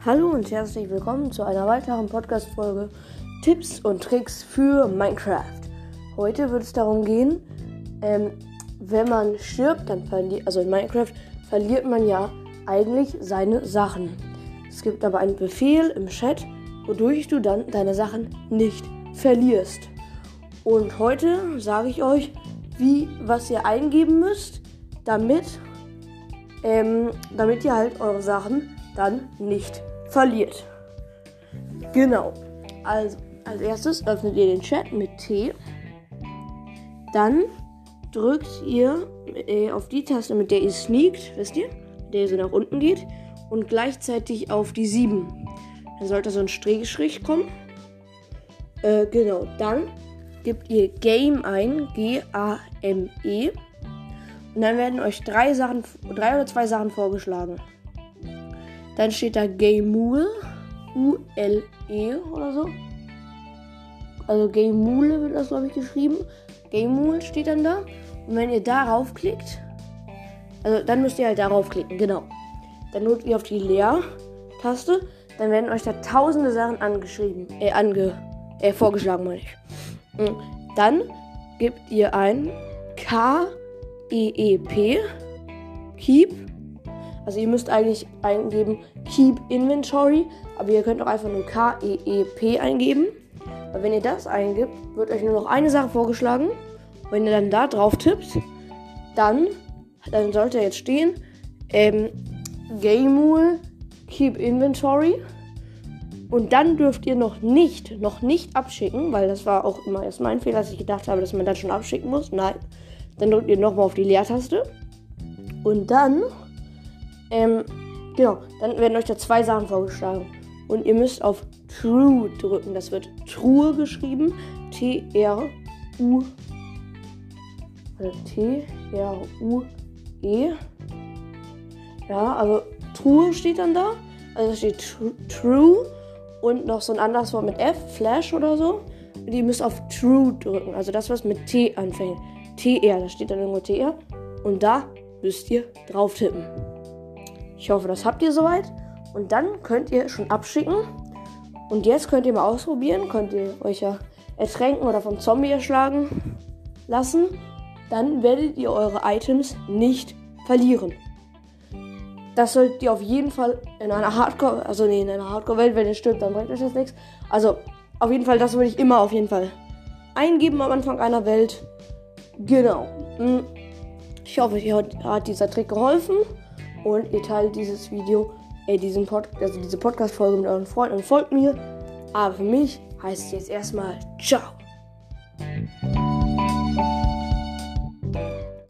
Hallo und herzlich willkommen zu einer weiteren Podcast-Folge Tipps und Tricks für Minecraft. Heute wird es darum gehen, wenn man stirbt, dann also in Minecraft verliert man ja eigentlich seine Sachen. Es gibt aber einen Befehl im Chat, wodurch du dann deine Sachen nicht verlierst. Und heute sage ich euch, was ihr eingeben müsst, damit ihr halt eure Sachen dann nicht verliert. Genau. Also als erstes öffnet ihr den Chat mit T. Dann drückt ihr auf die Taste, mit der ihr sneakt, wisst ihr? Mit der ihr so nach unten geht. Und gleichzeitig auf die 7. Dann sollte so ein Strich kommen. Genau. Dann gebt ihr Game ein. G-A-M-E. Und dann werden euch drei oder zwei Sachen vorgeschlagen. Dann steht da Gameule, U-L-E oder so. Also Gameule wird das, glaube ich, geschrieben. Gameule steht dann da. Und wenn ihr darauf klickt, also dann müsst ihr halt darauf klicken, genau. Dann drückt ihr auf die Leer-Taste. Dann werden euch da tausende Sachen vorgeschlagen, meine ich. Und dann gebt ihr ein K-E-E-P, Keep. Also ihr müsst eigentlich eingeben Keep Inventory, aber ihr könnt auch einfach nur K-E-E-P eingeben. Weil wenn ihr das eingibt, wird euch nur noch eine Sache vorgeschlagen. Und wenn ihr dann da drauf tippt, dann sollte jetzt stehen Gameule Keep Inventory. Und dann dürft ihr noch nicht abschicken, weil das war auch immer erst mein Fehler, dass ich gedacht habe, dass man dann schon abschicken muss. Nein. Dann drückt ihr nochmal auf die Leertaste. Und dann dann werden euch da zwei Sachen vorgeschlagen. Und ihr müsst auf True drücken. Das wird Truhe geschrieben. T-R-U. T-R-U-E. Ja, also Truhe steht dann da. Also steht True. Und noch so ein anderes Wort mit F. Flash oder so. Und ihr müsst auf True drücken. Also das, was mit T anfängt. TR. Da steht dann irgendwo TR. Und da müsst ihr drauf tippen. Ich hoffe, das habt ihr soweit. Und dann könnt ihr schon abschicken. Und jetzt könnt ihr mal ausprobieren. Könnt ihr euch ja ertränken oder vom Zombie erschlagen lassen. Dann werdet ihr eure Items nicht verlieren. Das solltet ihr auf jeden Fall in einer Hardcore-Welt, wenn ihr stirbt, dann bringt euch das nichts. Also auf jeden Fall, das würde ich immer auf jeden Fall eingeben am Anfang einer Welt. Genau. Ich hoffe, euch hat dieser Trick geholfen. Und ihr teilt dieses Video, diese Podcast-Folge mit euren Freunden und folgt mir. Aber für mich heißt es jetzt erstmal ciao.